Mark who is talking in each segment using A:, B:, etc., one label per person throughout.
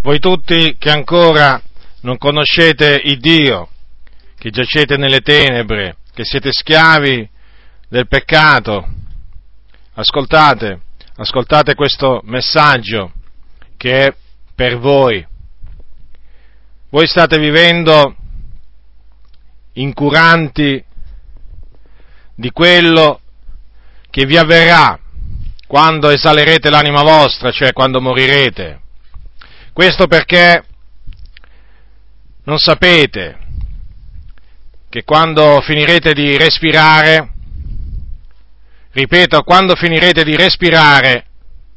A: Voi tutti che ancora non conoscete il Dio, che giacete nelle tenebre, che siete schiavi del peccato, ascoltate questo messaggio che è per voi. Voi state vivendo incuranti di quello che vi avverrà quando esalerete l'anima vostra, cioè quando morirete. Questo perché non sapete che quando finirete di respirare, ripeto, quando finirete di respirare,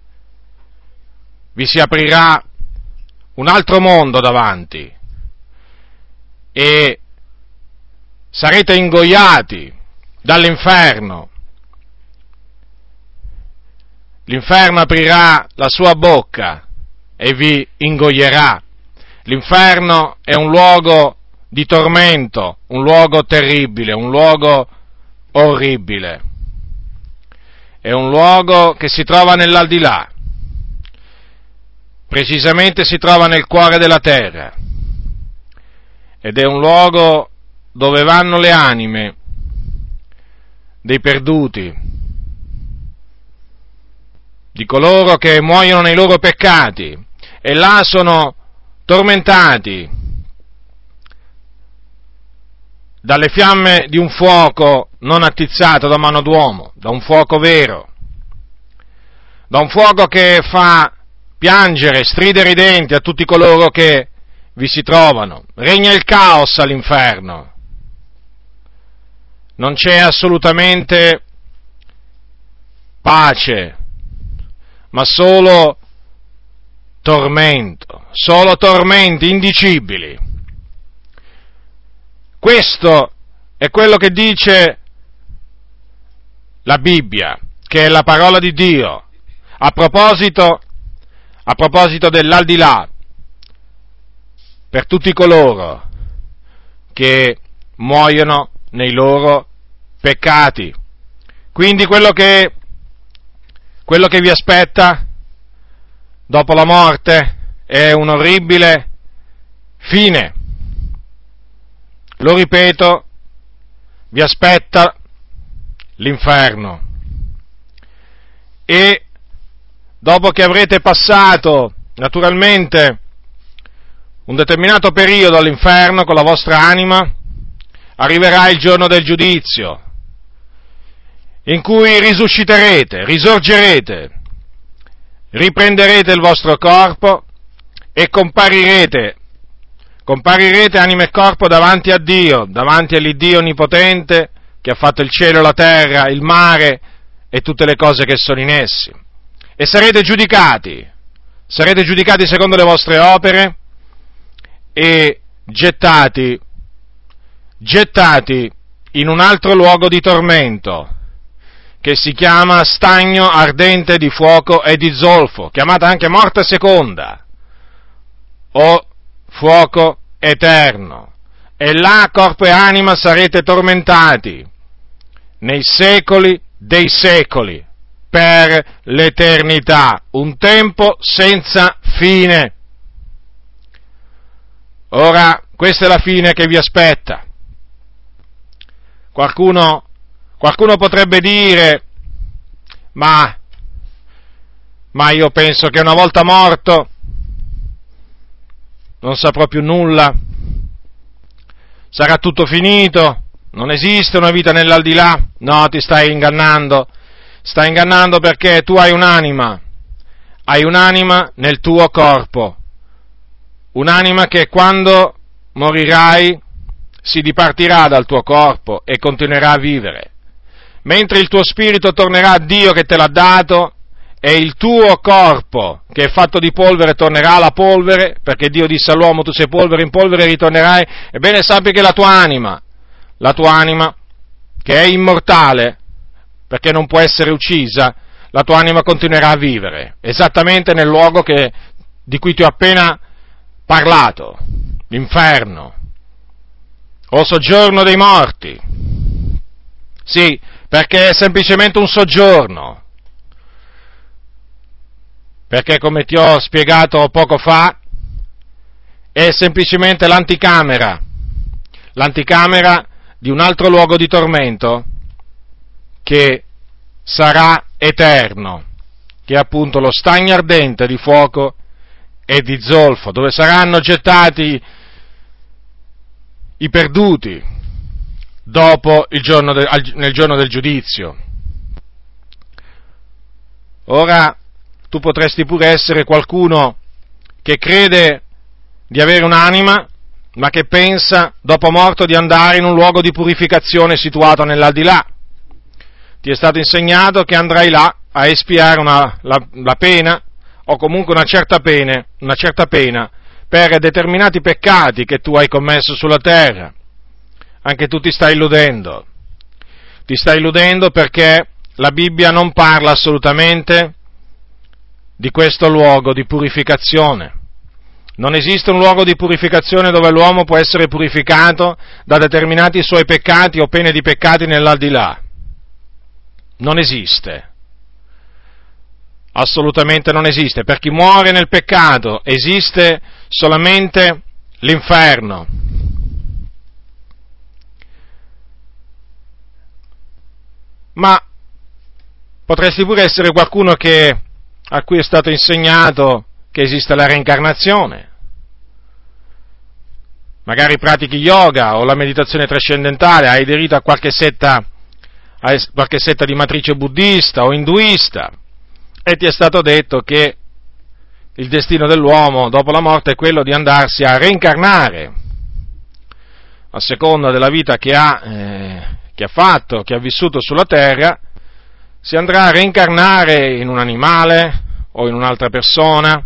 A: vi si aprirà un altro mondo davanti e sarete ingoiati dall'inferno. L'inferno aprirà la sua bocca e vi ingoierà. L'inferno è un luogo di tormento, un luogo terribile, un luogo orribile. È un luogo che si trova nell'aldilà, precisamente si trova nel cuore della terra, ed è un luogo dove vanno le anime dei perduti, di coloro che muoiono nei loro peccati, e là sono tormentati dalle fiamme di un fuoco non attizzato da mano d'uomo, da un fuoco vero, da un fuoco che fa piangere, stridere i denti a tutti coloro che vi si trovano. Regna il caos all'inferno. Non c'è assolutamente pace, ma solo tormenti indicibili. Questo è quello che dice la Bibbia, che è la parola di Dio, a proposito dell'aldilà, per tutti coloro che muoiono nei loro peccati. Quindi quello che vi aspetta dopo la morte è un orribile fine. Lo ripeto, vi aspetta l'inferno. E dopo che avrete passato, naturalmente, un determinato periodo all'inferno con la vostra anima, arriverà il giorno del giudizio, in cui risorgerete, riprenderete il vostro corpo e comparirete anima e corpo davanti a Dio, davanti all'Iddio onnipotente che ha fatto il cielo, la terra, il mare e tutte le cose che sono in essi. E sarete giudicati secondo le vostre opere e gettati in un altro luogo di tormento, che si chiama stagno ardente di fuoco e di zolfo, chiamata anche morte seconda, o fuoco eterno. E là corpo e anima sarete tormentati nei secoli dei secoli, per l'eternità, un tempo senza fine. Ora, questa è la fine che vi aspetta. Qualcuno potrebbe dire, ma io penso che una volta morto non saprò più nulla, sarà tutto finito, non esiste una vita nell'aldilà. No, ti stai ingannando perché tu hai un'anima nel tuo corpo, un'anima che quando morirai si dipartirà dal tuo corpo e continuerà a vivere, mentre il tuo spirito tornerà a Dio che te l'ha dato, e il tuo corpo, che è fatto di polvere, tornerà alla polvere, perché Dio disse all'uomo: tu sei polvere, in polvere ritornerai. Ebbene, sappi che la tua anima, che è immortale, perché non può essere uccisa, la tua anima continuerà a vivere, esattamente nel luogo di cui ti ho appena parlato, l'inferno, o soggiorno dei morti. Sì, perché è semplicemente un soggiorno. Perché, come ti ho spiegato poco fa, è semplicemente l'anticamera di un altro luogo di tormento che sarà eterno, che è appunto lo stagno ardente di fuoco e di zolfo, dove saranno gettati i perduti dopo nel giorno del giudizio. Ora, tu potresti pure essere qualcuno che crede di avere un'anima, ma che pensa, dopo morto, di andare in un luogo di purificazione situato nell'aldilà. Ti è stato insegnato che andrai là a espiare la pena, o comunque una certa pena, per determinati peccati che tu hai commesso sulla terra. Anche tu ti stai illudendo. Ti stai illudendo perché la Bibbia non parla assolutamente di questo luogo di purificazione. Non esiste un luogo di purificazione dove l'uomo può essere purificato da determinati suoi peccati o pene di peccati nell'aldilà. Non esiste. Assolutamente non esiste. Per chi muore nel peccato esiste solamente l'inferno. Ma potresti pure essere qualcuno a cui è stato insegnato che esiste la reincarnazione. Magari pratichi yoga o la meditazione trascendentale, hai aderito a qualche setta di matrice buddista o induista, e ti è stato detto che il destino dell'uomo dopo la morte è quello di andarsi a reincarnare, a seconda della vita che ha fatto, che ha vissuto sulla terra. Si andrà a reincarnare in un animale o in un'altra persona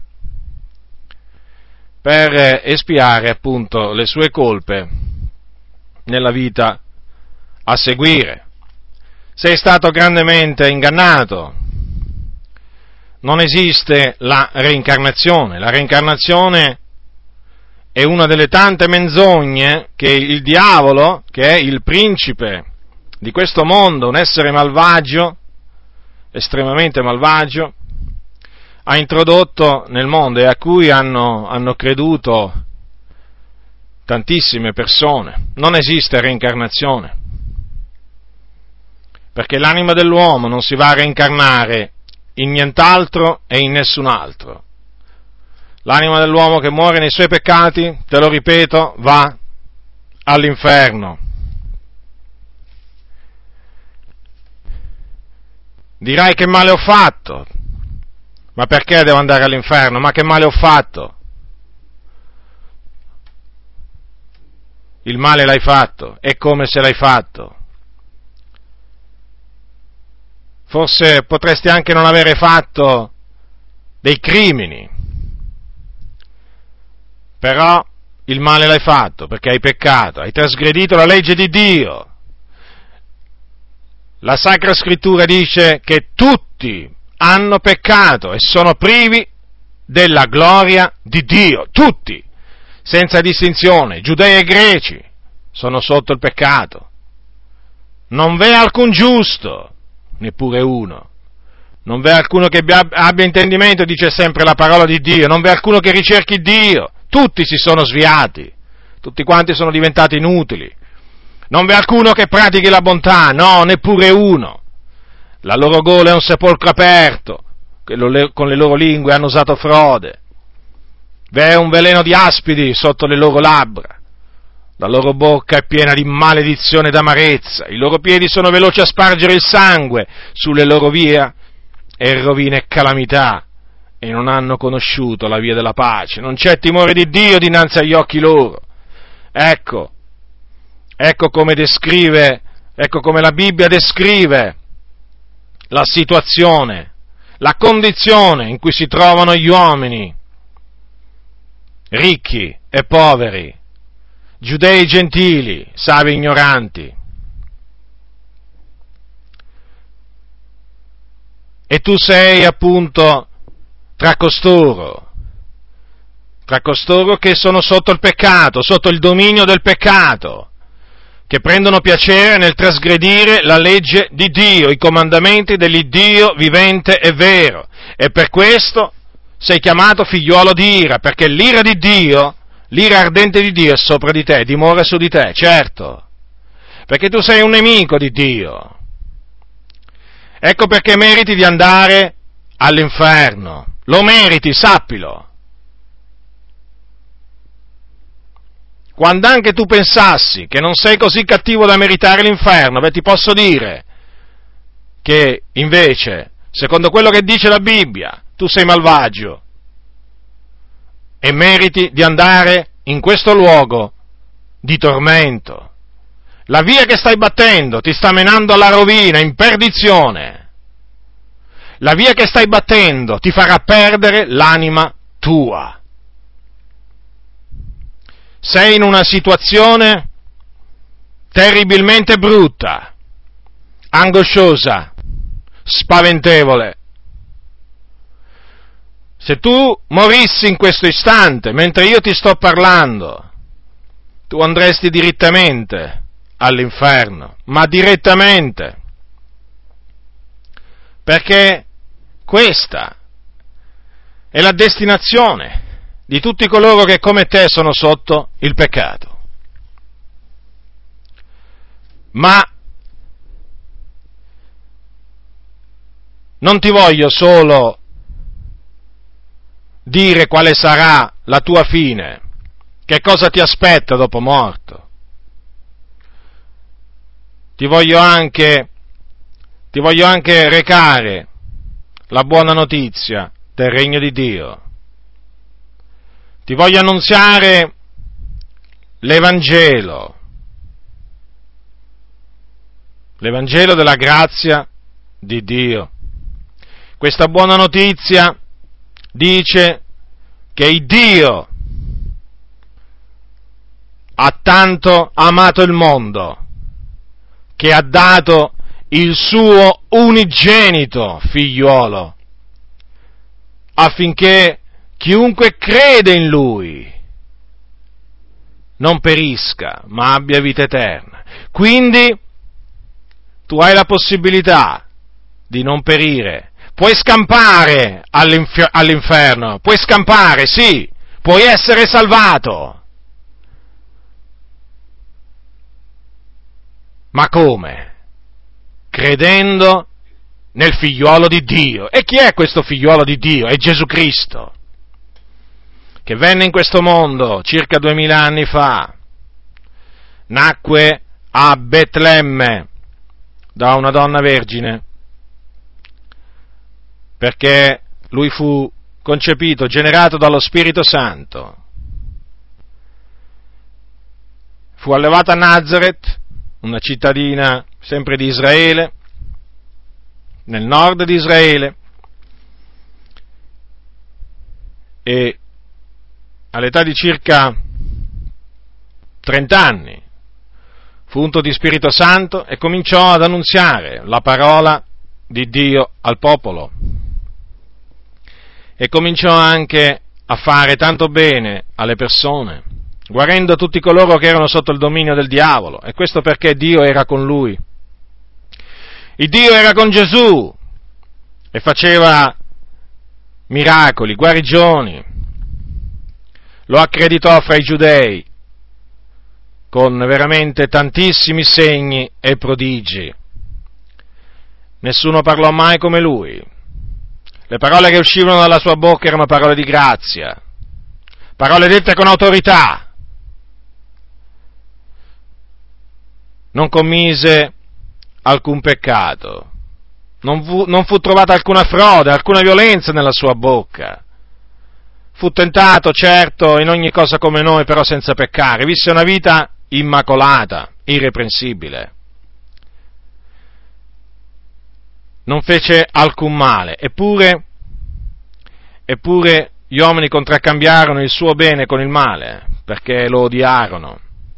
A: per espiare appunto le sue colpe nella vita a seguire. Sei stato grandemente ingannato. Non esiste la reincarnazione. La reincarnazione è una delle tante menzogne che il diavolo, che è il principe di questo mondo, un essere malvagio, estremamente malvagio, ha introdotto nel mondo e a cui hanno creduto tantissime persone. Non esiste reincarnazione, perché l'anima dell'uomo non si va a reincarnare in nient'altro e in nessun altro. L'anima dell'uomo che muore nei suoi peccati, te lo ripeto, va all'inferno. Dirai: che male ho fatto? Ma perché devo andare all'inferno? Ma che male ho fatto? Il male l'hai fatto, e come se l'hai fatto. Forse potresti anche non avere fatto dei crimini, però il male l'hai fatto perché hai peccato, hai trasgredito la legge di Dio. La Sacra Scrittura dice che tutti hanno peccato e sono privi della gloria di Dio, tutti, senza distinzione, giudei e greci, sono sotto il peccato. Non v'è alcun giusto, neppure uno. Non v'è alcuno che abbia intendimento, dice sempre la parola di Dio, non v'è alcuno che ricerchi Dio, tutti si sono sviati, tutti quanti sono diventati inutili. Non v'è alcuno che pratichi la bontà, no, neppure uno. La loro gola è un sepolcro aperto, con le loro lingue hanno usato frode. V'è un veleno di aspidi sotto le loro labbra. La loro bocca è piena di maledizione ed amarezza. I loro piedi sono veloci a spargere il sangue. Sulle loro vie è rovina e calamità. E non hanno conosciuto la via della pace. Non c'è timore di Dio dinanzi agli occhi loro. Ecco come la Bibbia descrive la situazione, la condizione in cui si trovano gli uomini, ricchi e poveri, giudei e gentili, savi e ignoranti. E tu sei appunto tra costoro che sono sotto il peccato, sotto il dominio del peccato, che prendono piacere nel trasgredire la legge di Dio, i comandamenti dell'Iddio vivente e vero, e per questo sei chiamato figliuolo di ira, perché l'ira di Dio l'ira ardente di Dio è sopra di te, dimora su di te, certo, perché tu sei un nemico di Dio. Ecco perché meriti di andare all'inferno, lo meriti, sappilo. Quando anche tu pensassi che non sei così cattivo da meritare l'inferno, ti posso dire che invece, secondo quello che dice la Bibbia, tu sei malvagio e meriti di andare in questo luogo di tormento. La via che stai battendo ti sta menando alla rovina, in perdizione. La via che stai battendo ti farà perdere l'anima tua. Sei in una situazione terribilmente brutta, angosciosa, spaventevole. Se tu morissi in questo istante, mentre io ti sto parlando, tu andresti direttamente all'inferno, ma direttamente, perché questa è la destinazione di tutti coloro che come te sono sotto il peccato. Ma non ti voglio solo dire quale sarà la tua fine, che cosa ti aspetta dopo morto. Ti voglio anche recare la buona notizia del regno di Dio. Ti voglio annunziare l'Evangelo della grazia di Dio. Questa buona notizia dice che il Dio ha tanto amato il mondo che ha dato il suo unigenito figliuolo, affinché chiunque crede in Lui non perisca, ma abbia vita eterna. Quindi tu hai la possibilità di non perire, puoi scampare all'inferno, puoi scampare, sì, puoi essere salvato. Ma come? Credendo nel figliuolo di Dio. E chi è questo figliuolo di Dio? È Gesù Cristo, che venne in questo mondo circa 2000 anni fa, nacque a Betlemme da una donna vergine, perché lui fu concepito, generato dallo Spirito Santo, fu allevato a Nazareth, una cittadina sempre di Israele, nel nord di Israele, e all'età di circa 30 anni fu unto di Spirito Santo e cominciò ad annunziare la parola di Dio al popolo, e cominciò anche a fare tanto bene alle persone, guarendo tutti coloro che erano sotto il dominio del diavolo, e questo perché Dio era con lui. Il Dio era con Gesù e faceva miracoli, guarigioni, lo accreditò fra i giudei con veramente tantissimi segni e prodigi. Nessuno parlò mai come lui. Le parole che uscivano dalla sua bocca erano parole di grazia, parole dette con autorità. Non commise alcun peccato, non fu trovata alcuna frode, alcuna violenza nella sua bocca. Fu tentato, certo, in ogni cosa come noi, però senza peccare. Visse una vita immacolata, irreprensibile. Non fece alcun male, eppure gli uomini contraccambiarono il suo bene con il male, perché lo odiarono.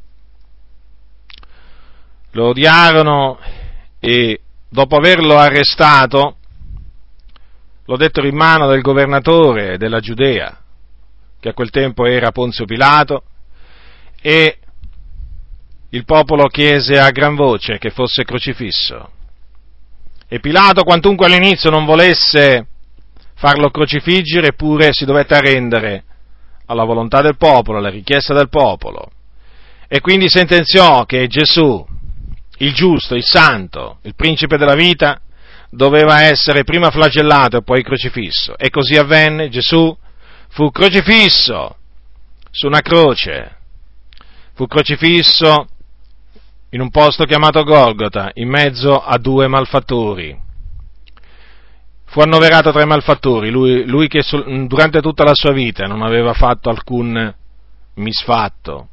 A: Lo odiarono e dopo averlo arrestato lo dettero in mano del governatore della Giudea, che a quel tempo era Ponzio Pilato, e il popolo chiese a gran voce che fosse crocifisso. E Pilato, quantunque all'inizio non volesse farlo crocifiggere, eppure si dovette arrendere alla volontà del popolo, alla richiesta del popolo, e quindi sentenziò che Gesù, il giusto, il santo, il principe della vita, doveva essere prima flagellato e poi crocifisso. E così avvenne. Gesù fu crocifisso su una croce, fu crocifisso in un posto chiamato Golgota, in mezzo a due malfattori. Fu annoverato tra i malfattori, lui che durante tutta la sua vita non aveva fatto alcun misfatto,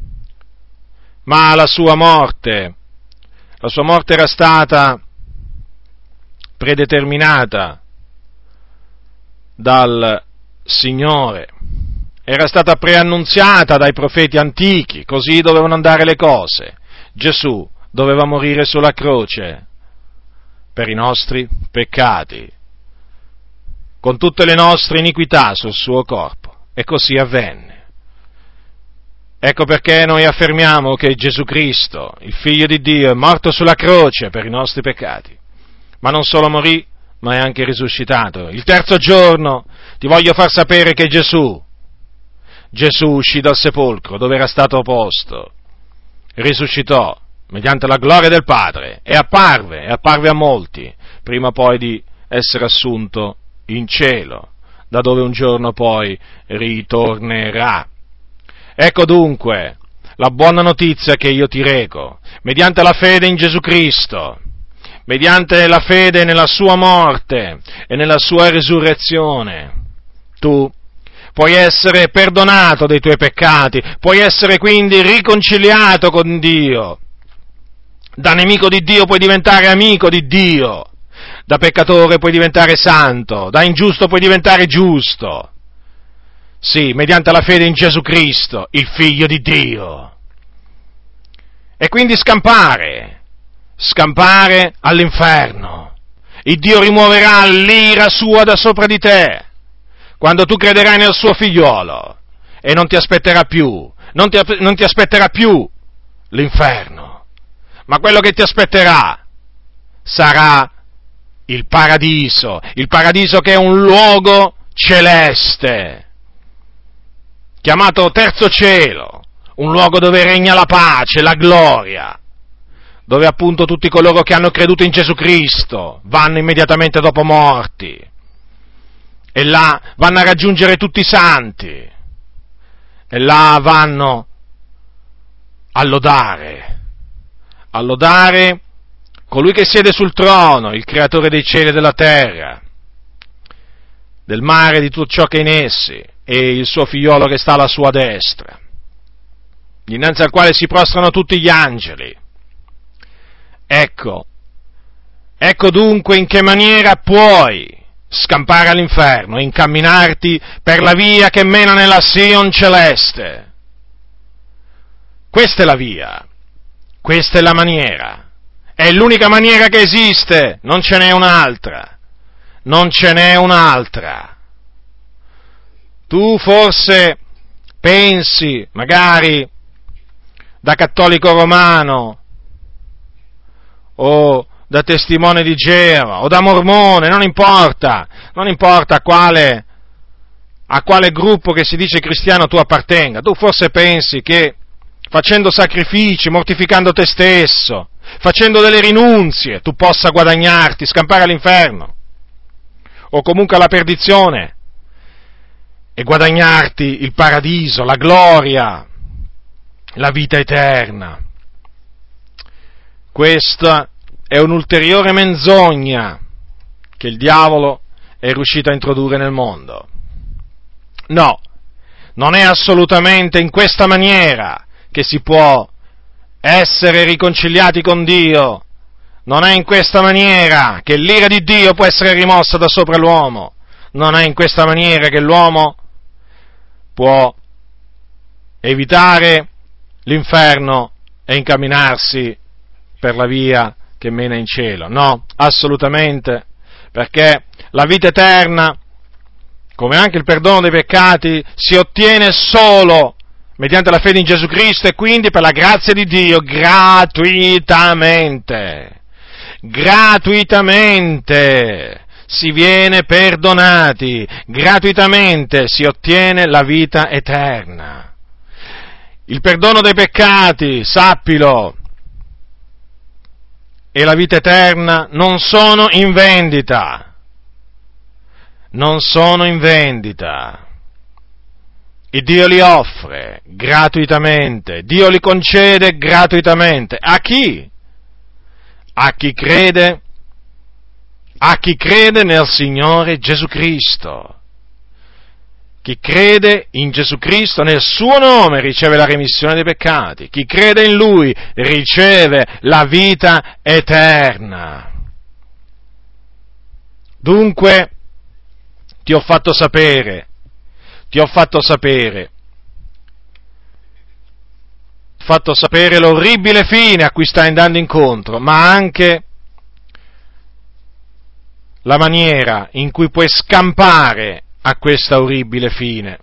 A: ma la sua morte era stata predeterminata dal Signore, era stata preannunziata dai profeti antichi, così dovevano andare le cose. Gesù doveva morire sulla croce per i nostri peccati, con tutte le nostre iniquità sul suo corpo, e così avvenne. Ecco perché noi affermiamo che Gesù Cristo, il Figlio di Dio, è morto sulla croce per i nostri peccati, ma non solo morì, ma è anche risuscitato. Il terzo giorno ti voglio far sapere che Gesù uscì dal sepolcro dove era stato posto, risuscitò mediante la gloria del Padre e apparve a molti, prima poi di essere assunto in cielo, da dove un giorno poi ritornerà. Ecco dunque la buona notizia che io ti reco, mediante la fede in Gesù Cristo, mediante la fede nella sua morte e nella sua risurrezione, tu puoi essere perdonato dei tuoi peccati, puoi essere quindi riconciliato con Dio. Da nemico di Dio puoi diventare amico di Dio, da peccatore puoi diventare santo, da ingiusto puoi diventare giusto. Sì, mediante la fede in Gesù Cristo, il Figlio di Dio. E quindi scampare all'inferno. Il Dio rimuoverà l'ira sua da sopra di te, quando tu crederai nel suo figliolo, e non ti aspetterà più l'inferno, ma quello che ti aspetterà sarà il paradiso che è un luogo celeste, chiamato terzo cielo, un luogo dove regna la pace, la gloria, dove appunto tutti coloro che hanno creduto in Gesù Cristo vanno immediatamente dopo morti, e là vanno a raggiungere tutti i santi, e là vanno a lodare colui che siede sul trono, il creatore dei cieli e della terra, del mare e di tutto ciò che è in essi, e il suo figliolo che sta alla sua destra, dinanzi al quale si prostrano tutti gli angeli. Ecco dunque in che maniera puoi scampare all'inferno e incamminarti per la via che mena nella Sion celeste. Questa è la via, questa è la maniera, è l'unica maniera che esiste, non ce n'è un'altra. Tu forse pensi, magari da cattolico romano, o da testimone di Geova, o da mormone, non importa a quale gruppo che si dice cristiano tu appartenga. Tu forse pensi che facendo sacrifici, mortificando te stesso, facendo delle rinunzie, tu possa guadagnarti, scampare all'inferno, o comunque alla perdizione, e guadagnarti il paradiso, la gloria, la vita eterna. Questa è un'ulteriore menzogna che il diavolo è riuscito a introdurre nel mondo. No, non è assolutamente in questa maniera che si può essere riconciliati con Dio. Non è in questa maniera che l'ira di Dio può essere rimossa da sopra l'uomo. Non è in questa maniera che l'uomo può evitare l'inferno e incamminarsi per la via che mena in cielo. No, assolutamente, perché la vita eterna, come anche il perdono dei peccati, si ottiene solo mediante la fede in Gesù Cristo, e quindi per la grazia di Dio, gratuitamente, si viene perdonati, gratuitamente si ottiene la vita eterna. Il perdono dei peccati, sappilo, e la vita eterna non sono in vendita. Non sono in vendita. Il Dio li offre gratuitamente, Dio li concede gratuitamente. A chi? A chi crede nel Signore Gesù Cristo. Chi crede in Gesù Cristo, nel suo nome, riceve la remissione dei peccati. Chi crede in Lui riceve la vita eterna. Dunque, ti ho fatto sapere l'orribile fine a cui stai andando incontro, ma anche la maniera in cui puoi scampare a questa orribile fine.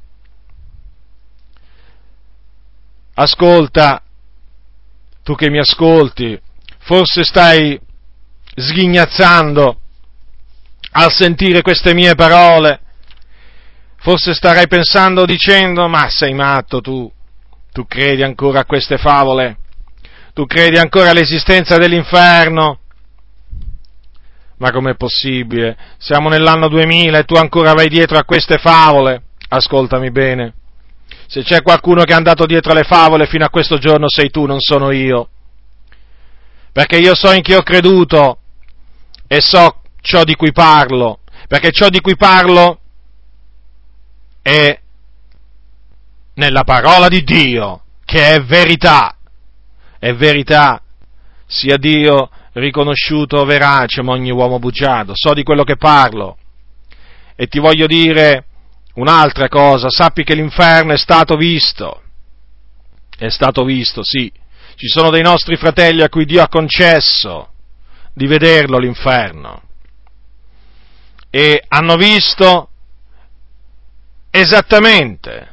A: Ascolta, tu che mi ascolti, forse stai sghignazzando al sentire queste mie parole, forse starai pensando, dicendo, ma sei matto tu credi ancora a queste favole? Tu credi ancora all'esistenza dell'inferno? Ma com'è possibile? Siamo nell'anno 2000 e tu ancora vai dietro a queste favole? Ascoltami bene. Se c'è qualcuno che è andato dietro alle favole fino a questo giorno sei tu, non sono io. Perché io so in chi ho creduto e so ciò di cui parlo. Perché ciò di cui parlo è nella parola di Dio, che è verità. È verità. Sia Dio riconosciuto verace, ma ogni uomo bugiardo. So di quello che parlo. E ti voglio dire un'altra cosa, sappi che l'inferno è stato visto, sì. Ci sono dei nostri fratelli a cui Dio ha concesso di vederlo l'inferno. E hanno visto esattamente,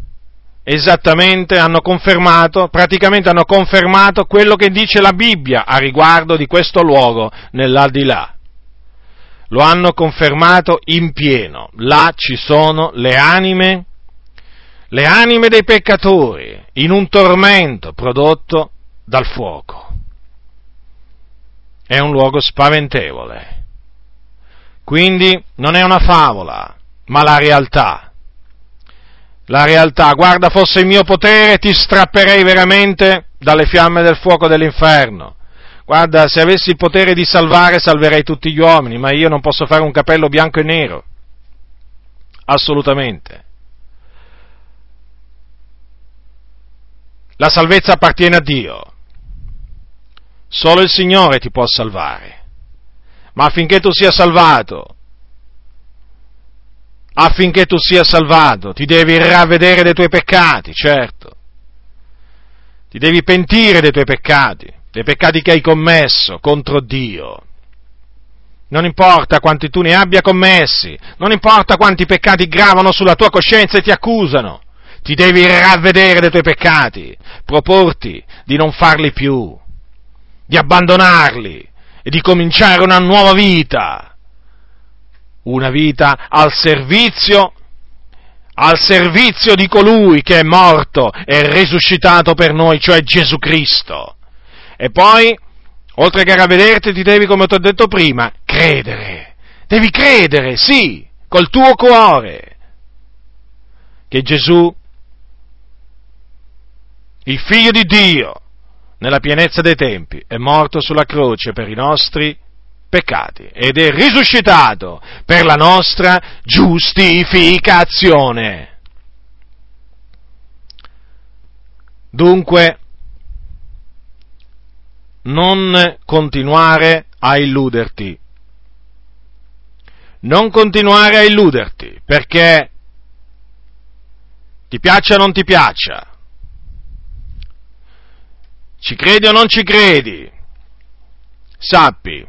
A: praticamente hanno confermato quello che dice la Bibbia a riguardo di questo luogo nell'aldilà. Lo hanno confermato in pieno. Là ci sono le anime dei peccatori, in un tormento prodotto dal fuoco. È un luogo spaventevole. Quindi non è una favola, ma la realtà. La realtà, guarda, fosse il mio potere, ti strapperei veramente dalle fiamme del fuoco dell'inferno. Guarda, se avessi il potere di salvare, salverei tutti gli uomini, ma io non posso fare un capello bianco e nero. Assolutamente. La salvezza appartiene a Dio. Solo il Signore ti può salvare. Ma affinché tu sia salvato, ti devi ravvedere dei tuoi peccati, certo. Ti devi pentire dei tuoi peccati che hai commesso contro Dio. Non importa quanti tu ne abbia commessi, non importa quanti peccati gravano sulla tua coscienza e ti accusano, ti devi ravvedere dei tuoi peccati, proporti di non farli più, di abbandonarli e di cominciare una nuova vita. Una vita al servizio di colui che è morto e risuscitato per noi, cioè Gesù Cristo. E poi, oltre che ravvederti, ti devi, come ti ho detto prima, credere. Devi credere, sì, col tuo cuore, che Gesù, il Figlio di Dio, nella pienezza dei tempi, è morto sulla croce per i nostri peccati ed è risuscitato per la nostra giustificazione. Dunque, non continuare a illuderti. Non continuare a illuderti, perché ti piaccia o non ti piaccia, ci credi o non ci credi, sappi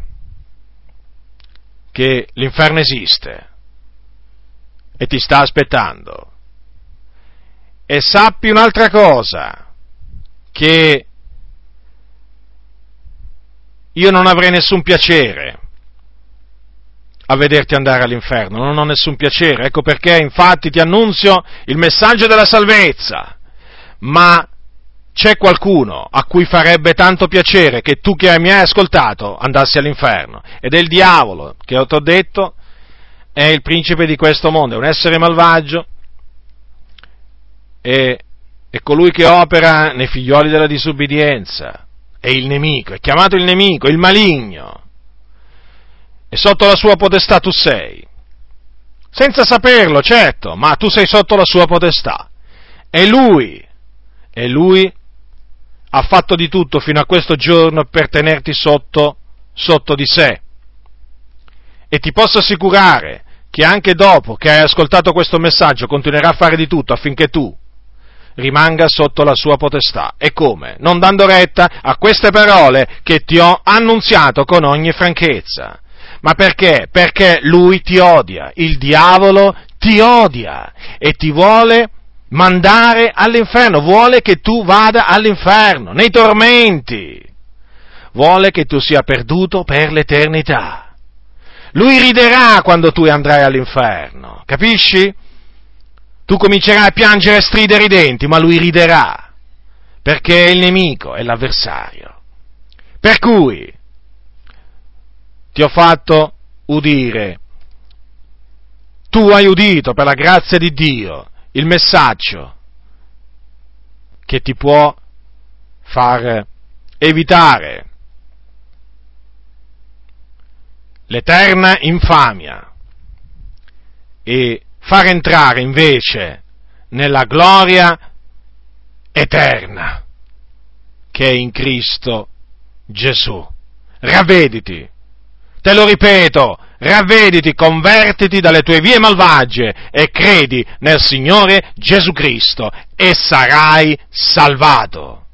A: che l'inferno esiste e ti sta aspettando. E sappi un'altra cosa, che io non avrei nessun piacere a vederti andare all'inferno, non ho nessun piacere, ecco perché infatti ti annunzio il messaggio della salvezza, ma c'è qualcuno a cui farebbe tanto piacere che tu che mi hai ascoltato andassi all'inferno, ed è il diavolo, che ti ho detto, è il principe di questo mondo, è un essere malvagio, è colui che opera nei figlioli della disubbidienza, è il nemico, è chiamato il nemico, il maligno, e sotto la sua potestà tu sei, senza saperlo, certo, ma tu sei sotto la sua potestà, e lui ha fatto di tutto fino a questo giorno per tenerti sotto di sé, e ti posso assicurare che anche dopo che hai ascoltato questo messaggio continuerà a fare di tutto affinché tu rimanga sotto la sua potestà. E come? Non dando retta a queste parole che ti ho annunziato con ogni franchezza. Ma perché? Perché lui ti odia, il diavolo ti odia e ti vuole mandare all'inferno, vuole che tu vada all'inferno, nei tormenti, vuole che tu sia perduto per l'eternità. Lui riderà quando tu andrai all'inferno, capisci? Tu comincerai a piangere e stridere i denti, ma lui riderà, perché è il nemico, è l'avversario. Per cui ti ho fatto udire, tu hai udito per la grazia di Dio il messaggio che ti può far evitare l'eterna infamia e far entrare invece nella gloria eterna che è in Cristo Gesù. Ravvediti, te lo ripeto, ravvediti, convertiti dalle tue vie malvagie e credi nel Signore Gesù Cristo e sarai salvato.